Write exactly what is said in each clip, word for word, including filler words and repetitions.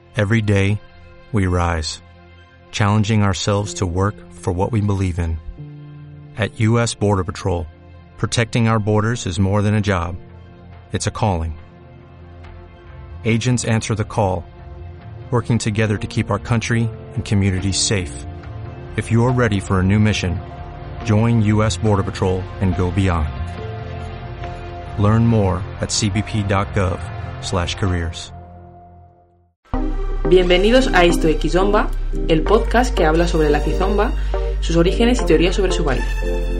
Every day, we rise, challenging ourselves to work for what we believe in. At U S Border Patrol, protecting our borders is more than a job. It's a calling. Agents answer the call, working together to keep our country and communities safe. If you are ready for a new mission, join U S Border Patrol and go beyond. Learn more at c b p dot gov slash careers. Bienvenidos a Isto de Kizomba, el podcast que habla sobre la kizomba, sus orígenes y teorías sobre su baile.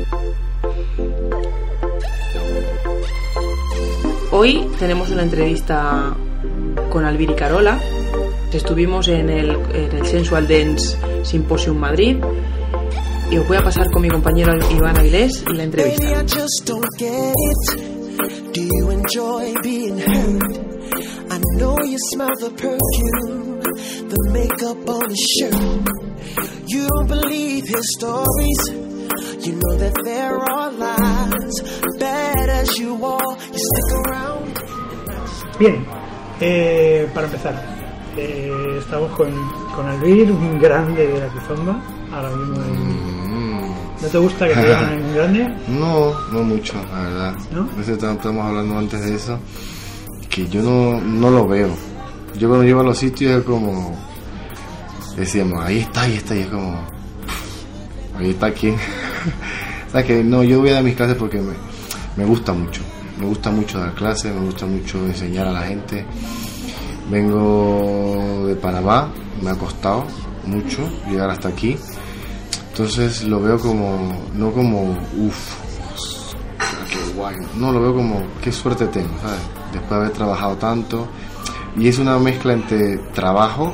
Hoy tenemos una entrevista con Albir y Carola. Estuvimos en el, en el Sensual Dance Symposium Madrid y os voy a pasar con mi compañero Iván Avilés la entrevista. Do you enjoy being hurt? I know you smell the perfume, the makeup on his shirt. You don't believe his stories, you know that there are lies. Bad as you are, you stick around. Bien, eh, para empezar, eh, estamos con, con Albir, un grande de la kizomba, ahora mismo en... ¿No te gusta que te llamen en grande? No, no mucho, la verdad. ¿No? No sé, estamos hablando antes de eso, que yo no, no lo veo. Yo cuando llego a los sitios es como... Decíamos, ahí está, ahí está, y es como... Ahí está quién. O sea, que no, yo voy a dar mis clases porque me, me gusta mucho. Me gusta mucho dar clases, me gusta mucho enseñar a la gente. Vengo de Panamá, me ha costado mucho llegar hasta aquí. Entonces lo veo como, no como, uff, qué guay, no, lo veo como, qué suerte tengo, ¿sabes? Después de haber trabajado tanto, y es una mezcla entre trabajo,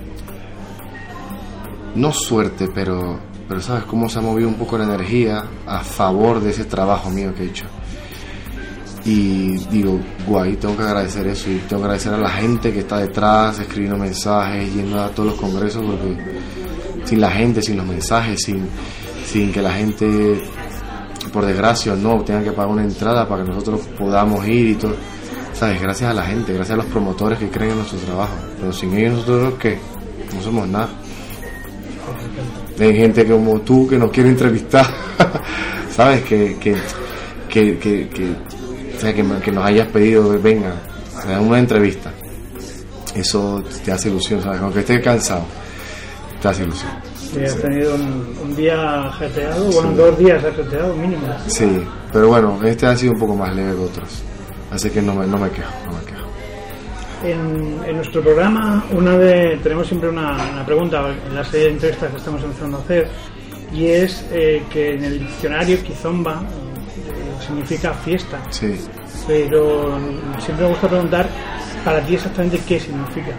no suerte, pero, pero ¿sabes? Cómo se ha movido un poco la energía a favor de ese trabajo mío que he hecho. Y digo, guay, tengo que agradecer eso, y tengo que agradecer a la gente que está detrás, escribiendo mensajes, yendo a todos los congresos, porque... sin la gente, sin los mensajes, sin, sin que la gente, por desgracia o no, tenga que pagar una entrada para que nosotros podamos ir y todo, ¿sabes? Gracias a la gente, gracias a los promotores que creen en nuestro trabajo. Pero sin ellos nosotros, ¿qué? No somos nada. Hay gente como tú que nos quiere entrevistar, ¿sabes? Que, que, que, que, que, o sea, que, que nos hayas pedido, venga, una entrevista. Eso te hace ilusión, ¿sabes? Aunque estés cansado. Te hace ilusión. Sí, has tenido un, un día ajetreado, bueno, sí. Dos días ajetreado mínimo. Sí, pero bueno, este ha sido un poco más leve que otros, así que no me, no me quejo, no me quejo. En, en nuestro programa una de, tenemos siempre una, una pregunta en la serie de entrevistas que estamos empezando a hacer, y es eh, que en el diccionario kizomba eh, significa fiesta. Sí. Pero siempre me gusta preguntar para ti exactamente qué significa.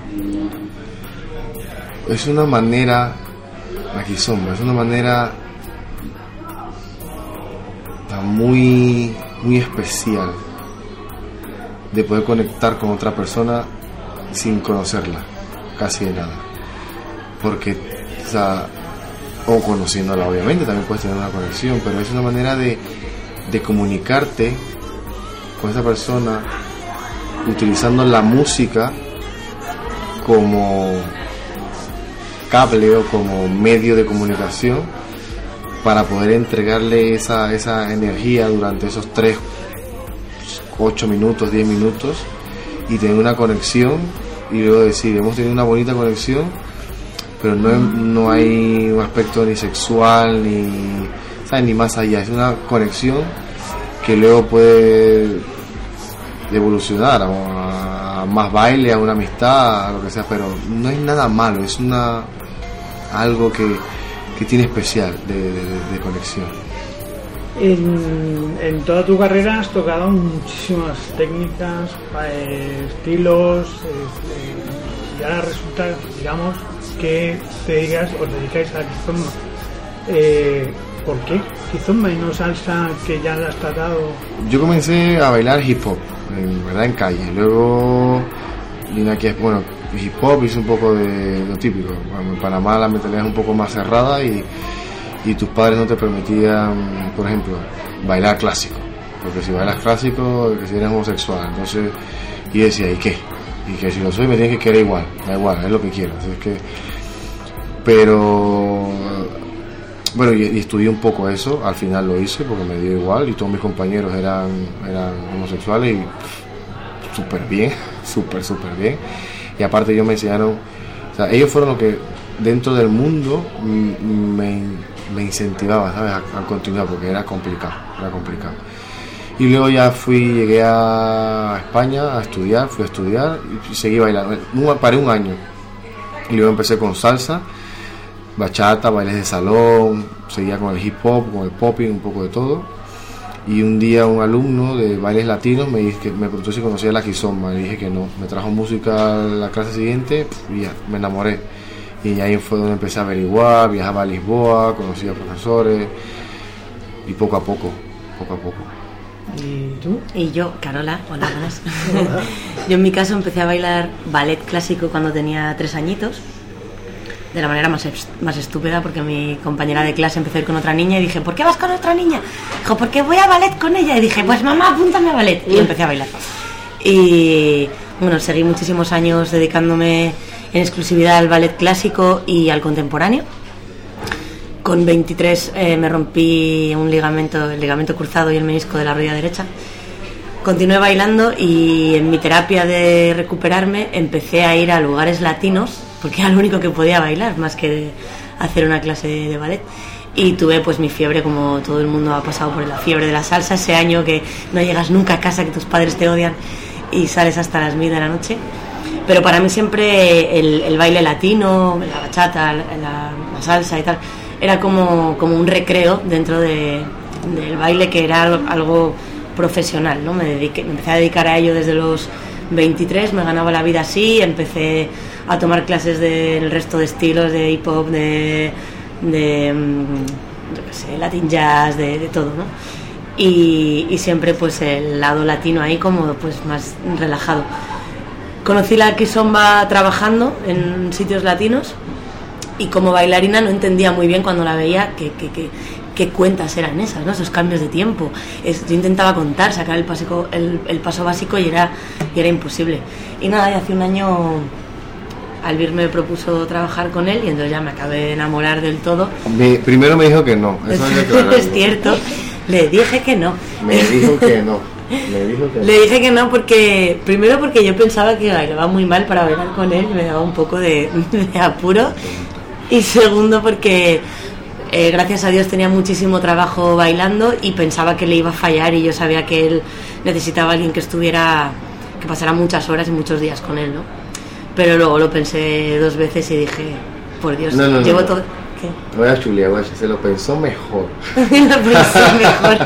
Es una manera, la kizomba, es una manera muy, muy especial de poder conectar con otra persona sin conocerla, casi de nada. Porque, o sea, o conociéndola obviamente, también puedes tener una conexión, pero es una manera de, de comunicarte con esa persona utilizando la música como... cable o como medio de comunicación para poder entregarle esa, esa energía durante esos tres, ocho minutos, diez minutos y tener una conexión y luego decir, hemos tenido una bonita conexión, pero no, no hay un aspecto ni sexual ni, ¿sabes? Ni más allá, es una conexión que luego puede evolucionar a, a más baile, a una amistad, a lo que sea, pero no es nada malo, es una algo que, que tiene especial de, de, de conexión. En, en toda tu carrera has tocado muchísimas técnicas, eh, estilos, eh, y ahora resulta, digamos, que te digas, os dedicáis a la kizomba. Eh, ¿Por qué kizomba y no salsa, que ya la has tratado? Yo comencé a bailar hip hop, en verdad, en calle. Luego vine aquí, bueno, hip hop, hice un poco de lo típico. Bueno, en Panamá la mentalidad es un poco más cerrada y, y tus padres no te permitían, por ejemplo, bailar clásico, porque si bailas clásico, que si eres homosexual. Entonces, y decía, ¿y qué? y que si lo soy me tiene que querer igual, da igual, es lo que quiero. Así es que, pero bueno, y, y estudié un poco eso, al final lo hice porque me dio igual y todos mis compañeros eran, eran homosexuales y súper bien, súper, súper bien. Y aparte ellos me enseñaron, o sea, ellos fueron los que dentro del mundo me, me incentivaban, ¿sabes?, a, a continuar, porque era complicado, era complicado. Y luego ya fui, llegué a España a estudiar, fui a estudiar y seguí bailando. Paré un año y luego empecé con salsa, bachata, bailes de salón, seguía con el hip hop, con el popping, un poco de todo. Y un día un alumno de bailes latinos me dice que me preguntó si conocía la kizomba, le dije que no. Me trajo música a la clase siguiente y ya, me enamoré. Y ahí fue donde empecé a averiguar, viajaba a Lisboa, conocí a profesores y poco a poco, poco a poco. ¿Y tú? Y yo, Carola, hola, buenas. Yo en mi caso empecé a bailar ballet clásico cuando tenía tres añitos, de la manera más, más estúpida, porque mi compañera de clase empezó a ir con otra niña y dije, ¿por qué vas con otra niña? Dijo, porque voy a ballet con ella. Y dije, pues mamá, apúntame a ballet. Y empecé a bailar. Y bueno, seguí muchísimos años dedicándome en exclusividad al ballet clásico y al contemporáneo. Con veintitrés eh, me rompí un ligamento, el ligamento cruzado y el menisco de la rodilla derecha. Continué bailando y en mi terapia de recuperarme empecé a ir a lugares latinos, porque era lo único que podía bailar, más que hacer una clase de, de ballet. Y tuve pues mi fiebre, como todo el mundo ha pasado por la fiebre de la salsa, ese año que no llegas nunca a casa, que tus padres te odian y sales hasta las mil de la noche. Pero para mí siempre el, el baile latino, la bachata, la, la, la salsa y tal, era como, como un recreo dentro de, del baile, que era algo, algo profesional, ¿no? Me, dediqué, me empecé a dedicar a ello desde los veintitrés, me ganaba la vida así, empecé a tomar clases del resto de estilos, de hip hop, de, de yo qué sé, latin jazz, de, de todo, ¿no? Y, y siempre pues el lado latino ahí como pues más relajado. Conocí la kizomba trabajando en sitios latinos y como bailarina no entendía muy bien cuando la veía que, que, que, qué cuentas eran esas, ¿no? Esos cambios de tiempo. Es, yo intentaba contar, sacar el, pasico, el, el paso básico y era, y era imposible. Y nada, y hace un año Albir me propuso trabajar con él y entonces ya me acabé de enamorar del todo. Me, primero me dijo que no, eso hay que aclararlo. Es cierto, le dije que no. Me dijo que no. Le, dijo que Le dije que no porque, primero porque yo pensaba que bailaba muy mal para bailar con él, me daba un poco de, de apuro. Y segundo porque eh, gracias a Dios tenía muchísimo trabajo bailando y pensaba que le iba a fallar y yo sabía que él necesitaba a alguien que estuviera, que pasara muchas horas y muchos días con él, ¿no? Pero luego lo pensé dos veces y dije, por Dios, no, no, llevo no, no. todo... ¿Qué? Voy a chulear, güey, se lo pensó mejor. Lo pensé mejor.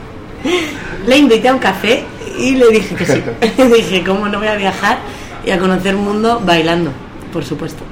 Le invité a un café y le dije que sí. Le dije, ¿cómo no voy a viajar y a conocer el mundo bailando? Por supuesto.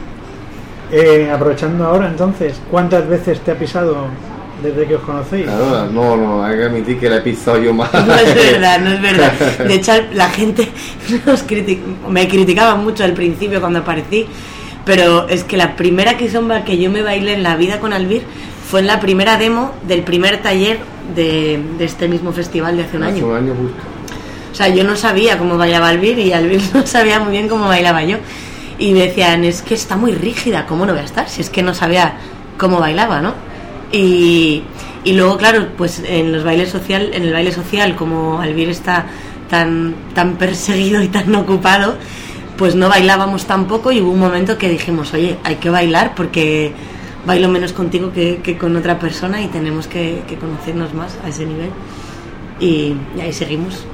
Eh, aprovechando ahora entonces, ¿cuántas veces te ha pisado desde que os conocéis? Claro, no, no, hay que admitir que la he pisado yo más. No es verdad, no es verdad. De hecho, la gente nos critic- me criticaba mucho al principio cuando aparecí, pero es que la primera kizomba que yo me bailé en la vida con Albir fue en la primera demo del primer taller de, de este mismo festival de hace un año. Hace un año justo. O sea, yo no sabía cómo bailaba Albir y Albir no sabía muy bien cómo bailaba yo. Y me decían, es que está muy rígida, ¿cómo no voy a estar? Si es que no sabía cómo bailaba, ¿no? Y, y luego, claro, pues en los bailes social, en el baile social, como Albir está tan, tan perseguido y tan ocupado, pues no bailábamos tampoco y hubo un momento que dijimos, oye, hay que bailar porque bailo menos contigo que, que con otra persona y tenemos que, que conocernos más a ese nivel. Y, y ahí seguimos.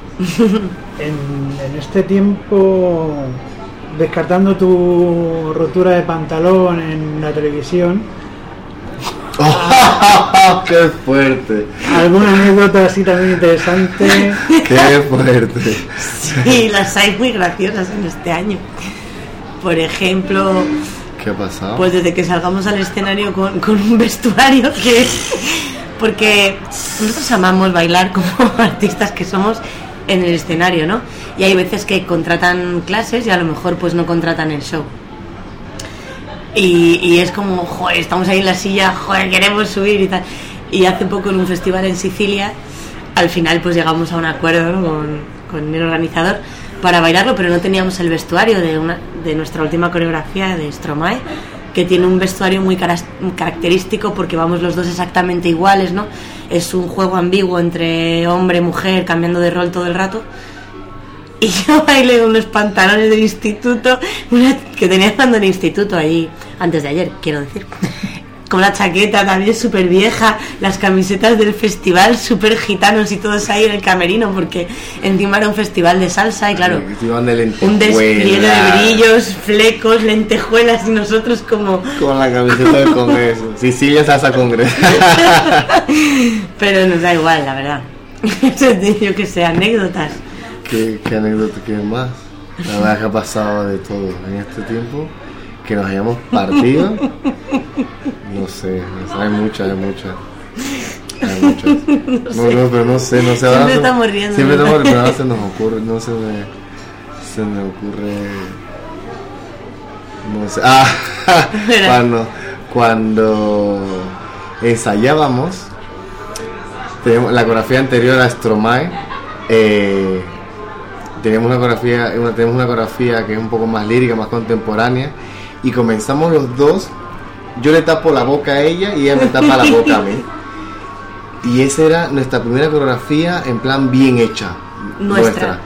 En, en este tiempo, descartando tu rotura de pantalón en la televisión, Oh, ¡qué fuerte! ¿alguna anécdota así también interesante? ¡Qué fuerte! Sí, las hay muy graciosas en este año. Por ejemplo, ¿Qué ha pasado? pues desde que salgamos al escenario con, con un vestuario que... Porque nosotros amamos bailar como artistas que somos en el escenario, ¿no? Y hay veces que contratan clases y a lo mejor pues no contratan el show. Y, y es como, joder, estamos ahí en la silla, joder, queremos subir y tal. Y hace poco en un festival en Sicilia, al final pues llegamos a un acuerdo, ¿no? con, con el organizador para bailarlo, pero no teníamos el vestuario de, una, de nuestra última coreografía de Stromae, que tiene un vestuario muy caras, característico porque vamos los dos exactamente iguales, ¿no? Es un juego ambiguo entre hombre y mujer, cambiando de rol todo el rato. Y yo bailé unos pantalones del instituto, una que tenía cuando en el instituto, allí, antes de ayer, quiero decir, con la chaqueta también súper vieja, las camisetas del festival súper gitanos y todos ahí en el camerino, porque encima era un festival de salsa y claro, de un despliegue de brillos, flecos, lentejuelas y nosotros como... Con la camiseta del Congreso, Sicilia Salsa Congreso. Pero nos da igual, la verdad. Yo que sé, anécdotas. ¿Qué, qué anécdota, qué más? La verdad que ha pasado de todo en este tiempo, que nos hayamos partido. No sé, no sé, hay muchas, hay muchas. Hay muchas. No, no, pero no sé, no sé. Siempre estamos riendo. Siempre estamos riendo, pero ahora se nos ocurre, no se me, se me ocurre. No sé. Ah, cuando, cuando ensayábamos, tenemos la coreografía anterior a Stromae. Eh, Tenemos una coreografía, una, tenemos una coreografía que es un poco más lírica, más contemporánea, y comenzamos los dos. Yo le tapo la boca a ella y ella me tapa la boca a mí. Y esa era nuestra primera coreografía en plan bien hecha, nuestra. nuestra.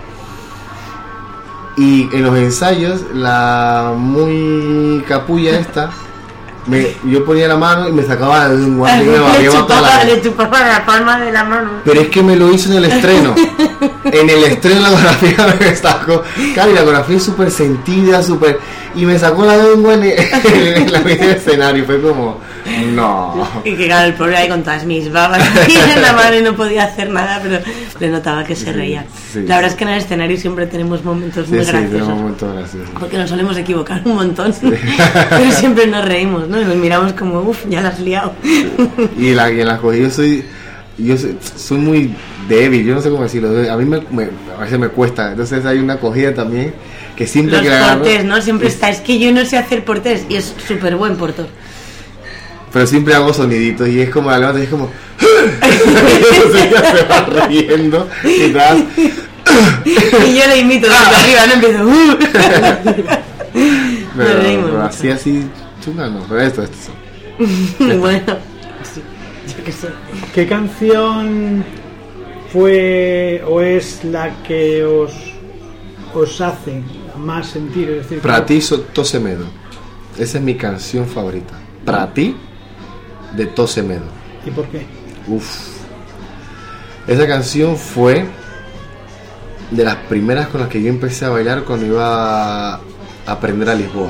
Y en los ensayos, la muy capulla esta, me, yo ponía la mano y me sacaba la lengua y me le, chupaba, le chupaba la palma de la mano. Pero es que me lo hizo en el estreno. En el estreno la coreografía me sacó. Claro, y la coreografía es súper sentida, súper... Y me sacó la lengua en, el, en la mitad del escenario. Fue como... No. Y que claro, el pobre ahí con todas mis babas en la mano y no podía hacer nada, pero le notaba que se reía. Sí, sí. La verdad es que en el escenario siempre tenemos momentos sí, muy sí, graciosos. Momentos graciosos. Porque nos solemos equivocar un montón. Sí. Pero siempre nos reímos, ¿no? Y nos miramos como, uff, ya la has liado. Y, la, y en las cosas yo soy... Yo soy, soy muy débil, yo no sé cómo decirlo. A mí me, me, a veces me cuesta. Entonces hay una acogida también que siempre los que la portés, agarro, ¿no? Siempre está. Es que yo no sé hacer portés y es súper buen portor. Pero siempre hago soniditos y es como la levanta y es como. Entonces ella se va riendo y das. Y yo le imito desde arriba, no empiezo. Pero, pero así, así, chunga no. Pero esto, esto. Bueno. ¿Qué, sé. ¿Qué canción fue o es la que os os hace más sentir? Es decir, Para ti, Tosemedo. Esa es mi canción favorita. Para ti, de Tosemedo. ¿Y por qué? Uf. Esa canción fue de las primeras con las que yo empecé a bailar cuando iba a aprender a Lisboa.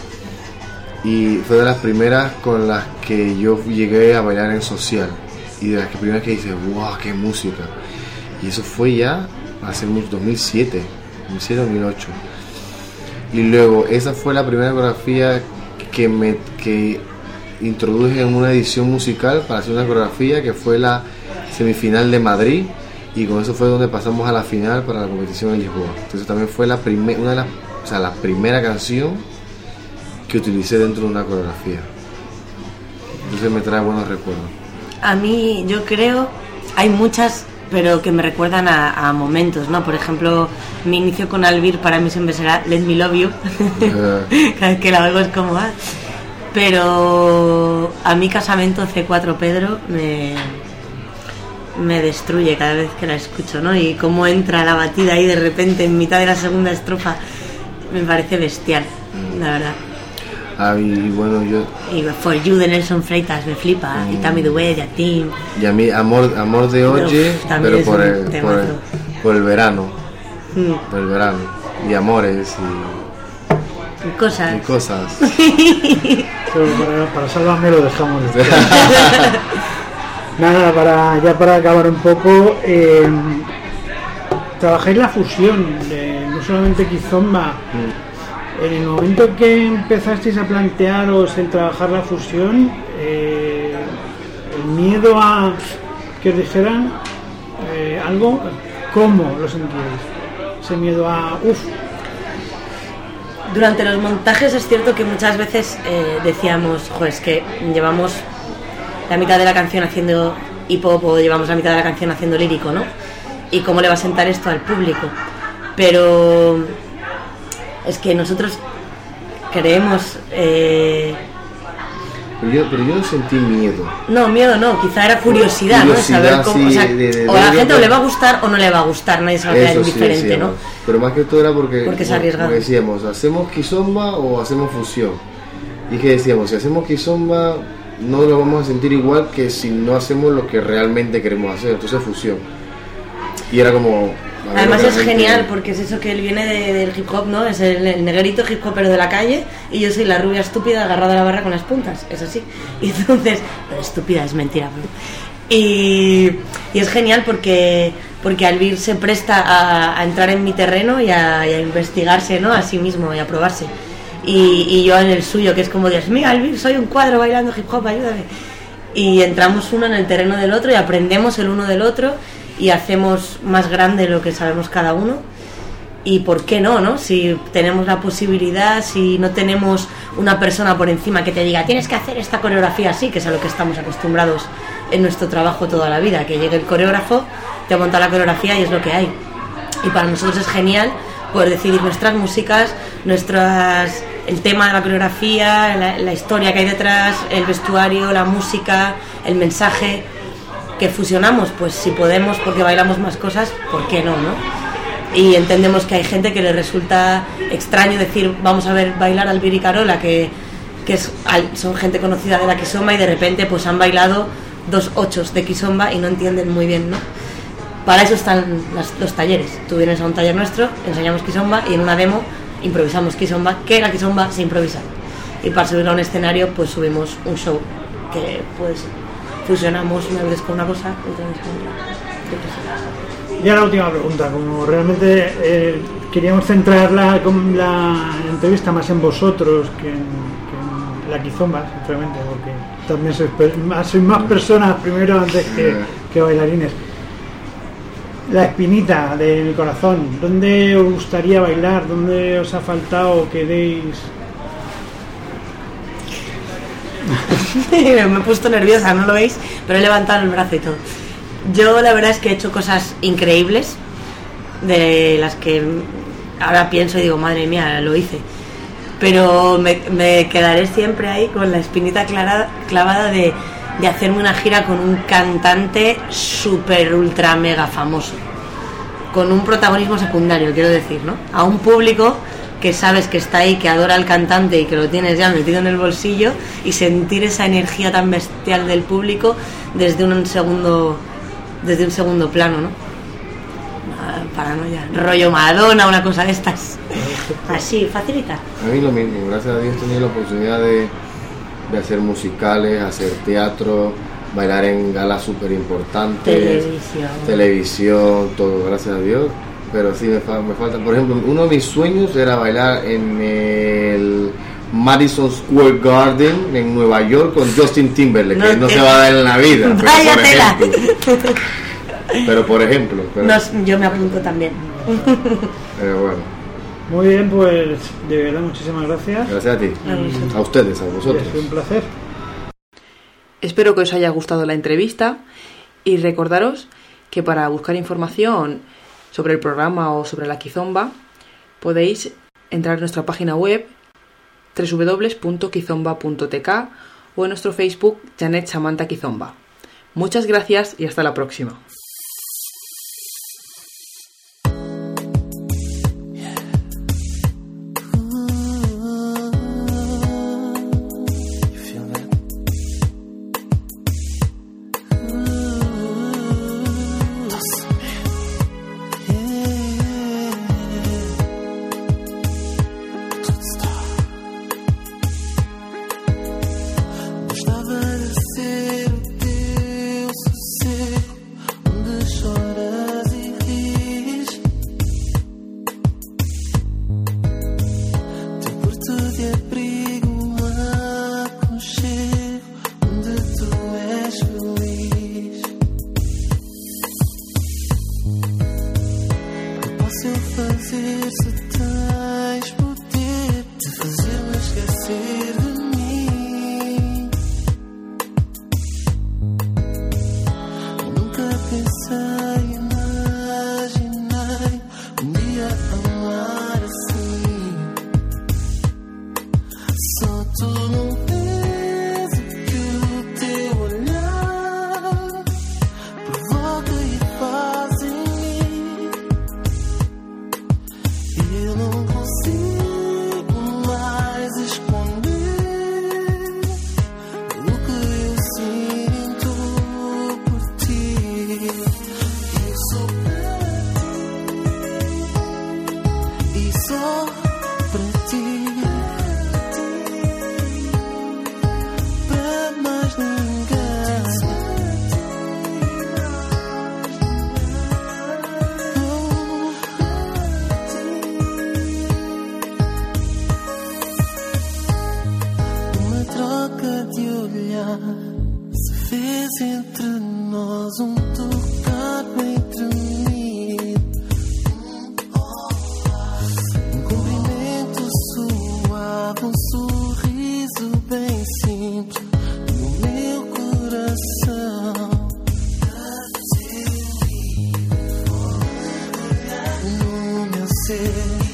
Y fue de las primeras con las que yo llegué a bailar en social. Y de las que primeras que dices, wow, qué música. Y eso fue ya hace mucho, dos mil siete, dos mil siete, dos mil ocho. Y luego, esa fue la primera coreografía que me que introduje en una edición musical para hacer una coreografía que fue la semifinal de Madrid. Y con eso fue donde pasamos a la final para la competición en Lisboa. Entonces también fue la primer, una de las, o sea, la primera canción que utilicé dentro de una coreografía. Entonces me trae buenos recuerdos. A mí, yo creo, hay muchas, pero que me recuerdan a, a momentos, ¿no? Por ejemplo, mi inicio con Albir para mí siempre será Let Me Love You. Uh. Cada vez que la oigo es como... Ah. Pero a mi Casamento C cuatro Pedro me, me destruye cada vez que la escucho, ¿no? Y cómo entra la batida ahí de repente en mitad de la segunda estrofa me parece bestial, mm. la verdad. Ah, y bueno, yo... Y For You de Nelson Freitas me flipa, mm. y Tammy Duet de Atim. Y a mí Amor, amor de Oye, pero por el, por, el, por el verano. Mm. Por el verano. Y Amores y... Y cosas. Y cosas. Pero para, para Sálvame lo dejamos. Nada, para, ya para acabar un poco, eh, trabajáis la fusión, de, no solamente Kizomba. Mm. En el momento que empezasteis a plantearos el trabajar la fusión, eh, el miedo a que os dijeran eh, algo, ¿cómo lo sentíais? Ese miedo a... uff. Durante los montajes es cierto que muchas veces eh, decíamos, joder, es que llevamos la mitad de la canción haciendo hip hop o llevamos la mitad de la canción haciendo lírico, ¿no? ¿Y cómo le va a sentar esto al público? pero es que nosotros creemos... Eh, Pero yo, pero yo no sentí miedo. No, miedo no, quizá era curiosidad, curiosidad ¿no? De saber cómo, sí, o sea, de, de, o a la de, gente de, o le va a gustar o no le va a gustar, nadie se va a quedar indiferente, sí, ¿no? Pero más que todo era porque, porque es arriesgado. Porque decíamos, ¿hacemos kizomba o hacemos fusión? Y que decíamos, si hacemos kizomba no lo vamos a sentir igual que si no hacemos lo que realmente queremos hacer, entonces fusión. Y era como... Además es gente... genial porque es eso que él viene de, del hip hop, ¿no? Es el, el negrito hip hopero de la calle y yo soy la rubia estúpida agarrada a la barra con las puntas, es así. Y entonces, pero estúpida es mentira, bro. Y, y es genial porque porque Albir se presta a, a entrar en mi terreno y a, y a investigarse, ¿no? A sí mismo y a probarse. Y, y yo en el suyo, que es como, Dios mío, Albir, soy un cuadro bailando hip hop, ayúdame. Y entramos uno en el terreno del otro y aprendemos el uno del otro y hacemos más grande lo que sabemos cada uno. Y por qué no, ¿no? Si tenemos la posibilidad, si no tenemos una persona por encima que te diga tienes que hacer esta coreografía así, que es a lo que estamos acostumbrados en nuestro trabajo toda la vida, que llegue el coreógrafo, te monta la coreografía y es lo que hay. Y para nosotros es genial poder decidir nuestras músicas, nuestras, el tema de la coreografía, la, la historia que hay detrás, el vestuario, la música, el mensaje que fusionamos, pues si podemos, porque bailamos más cosas, ¿por qué no, no? Y entendemos que hay gente que le resulta extraño decir vamos a ver bailar Albir y Carola, que, que es, son gente conocida de la kizomba y de repente pues han bailado dos ochos de kizomba y no entienden muy bien, ¿no? Para eso están las, los talleres. Tú vienes a un taller nuestro, enseñamos kizomba y en una demo improvisamos kizomba, que la kizomba se improvisa. Y para subirlo a un escenario pues subimos un show que pues fusionamos una vez con una cosa y otra vez con otra. Ya la última pregunta, como realmente eh, queríamos centrar la, la entrevista más en vosotros que en, que en la kizomba, sinceramente, porque también sois, sois más personas primero antes que, que bailarines. La espinita de mi corazón, ¿dónde os gustaría bailar? ¿Dónde os ha faltado? ¿Queréis? Me he puesto nerviosa, no lo veis, pero he levantado el brazo y todo. Yo la verdad es que he hecho cosas increíbles, de las que ahora pienso y digo, madre mía, lo hice. Pero me, me quedaré siempre ahí con la espinita clara, clavada de, de hacerme una gira con un cantante súper ultra mega famoso, con un protagonismo secundario, quiero decir, ¿no? A un público que sabes que está ahí, que adora al cantante y que lo tienes ya metido en el bolsillo, y sentir esa energía tan bestial del público desde un segundo desde un segundo plano, ¿no? Paranoia, rollo Madonna, una cosa de estas. Así, facilita. A mí lo mismo, gracias a Dios he tenido la oportunidad de, de hacer musicales, hacer teatro, bailar en galas súper importantes, televisión. televisión, todo, gracias a Dios. Pero sí me, fa- me falta, por ejemplo, uno de mis sueños era bailar en el Madison Square Garden en Nueva York con Justin Timberlake, no, que no te... se va a dar en la vida, pero Vaya por tela. ejemplo. Pero por ejemplo. Pero... Nos, yo me apunto también. Pero bueno. Muy bien, pues de verdad muchísimas gracias. Gracias a ti. A, a ustedes, a vosotros. Es un placer. Espero que os haya gustado la entrevista y recordaros que para buscar información sobre el programa o sobre la kizomba podéis entrar en nuestra página web doble u doble u doble u punto kizomba punto t k o en nuestro Facebook Janet Samantha Kizomba. Muchas gracias y hasta la próxima. Só tu não vês o que o teu olhar provoca e faz em mim. Eu não consigo mais esconder o que eu sinto por ti. Eu sou pra ti e só pra ti. Se fez entre nós um tocar bem tremido, um cumprimento suave, um sorriso bem simples no meu coração, no meu ser.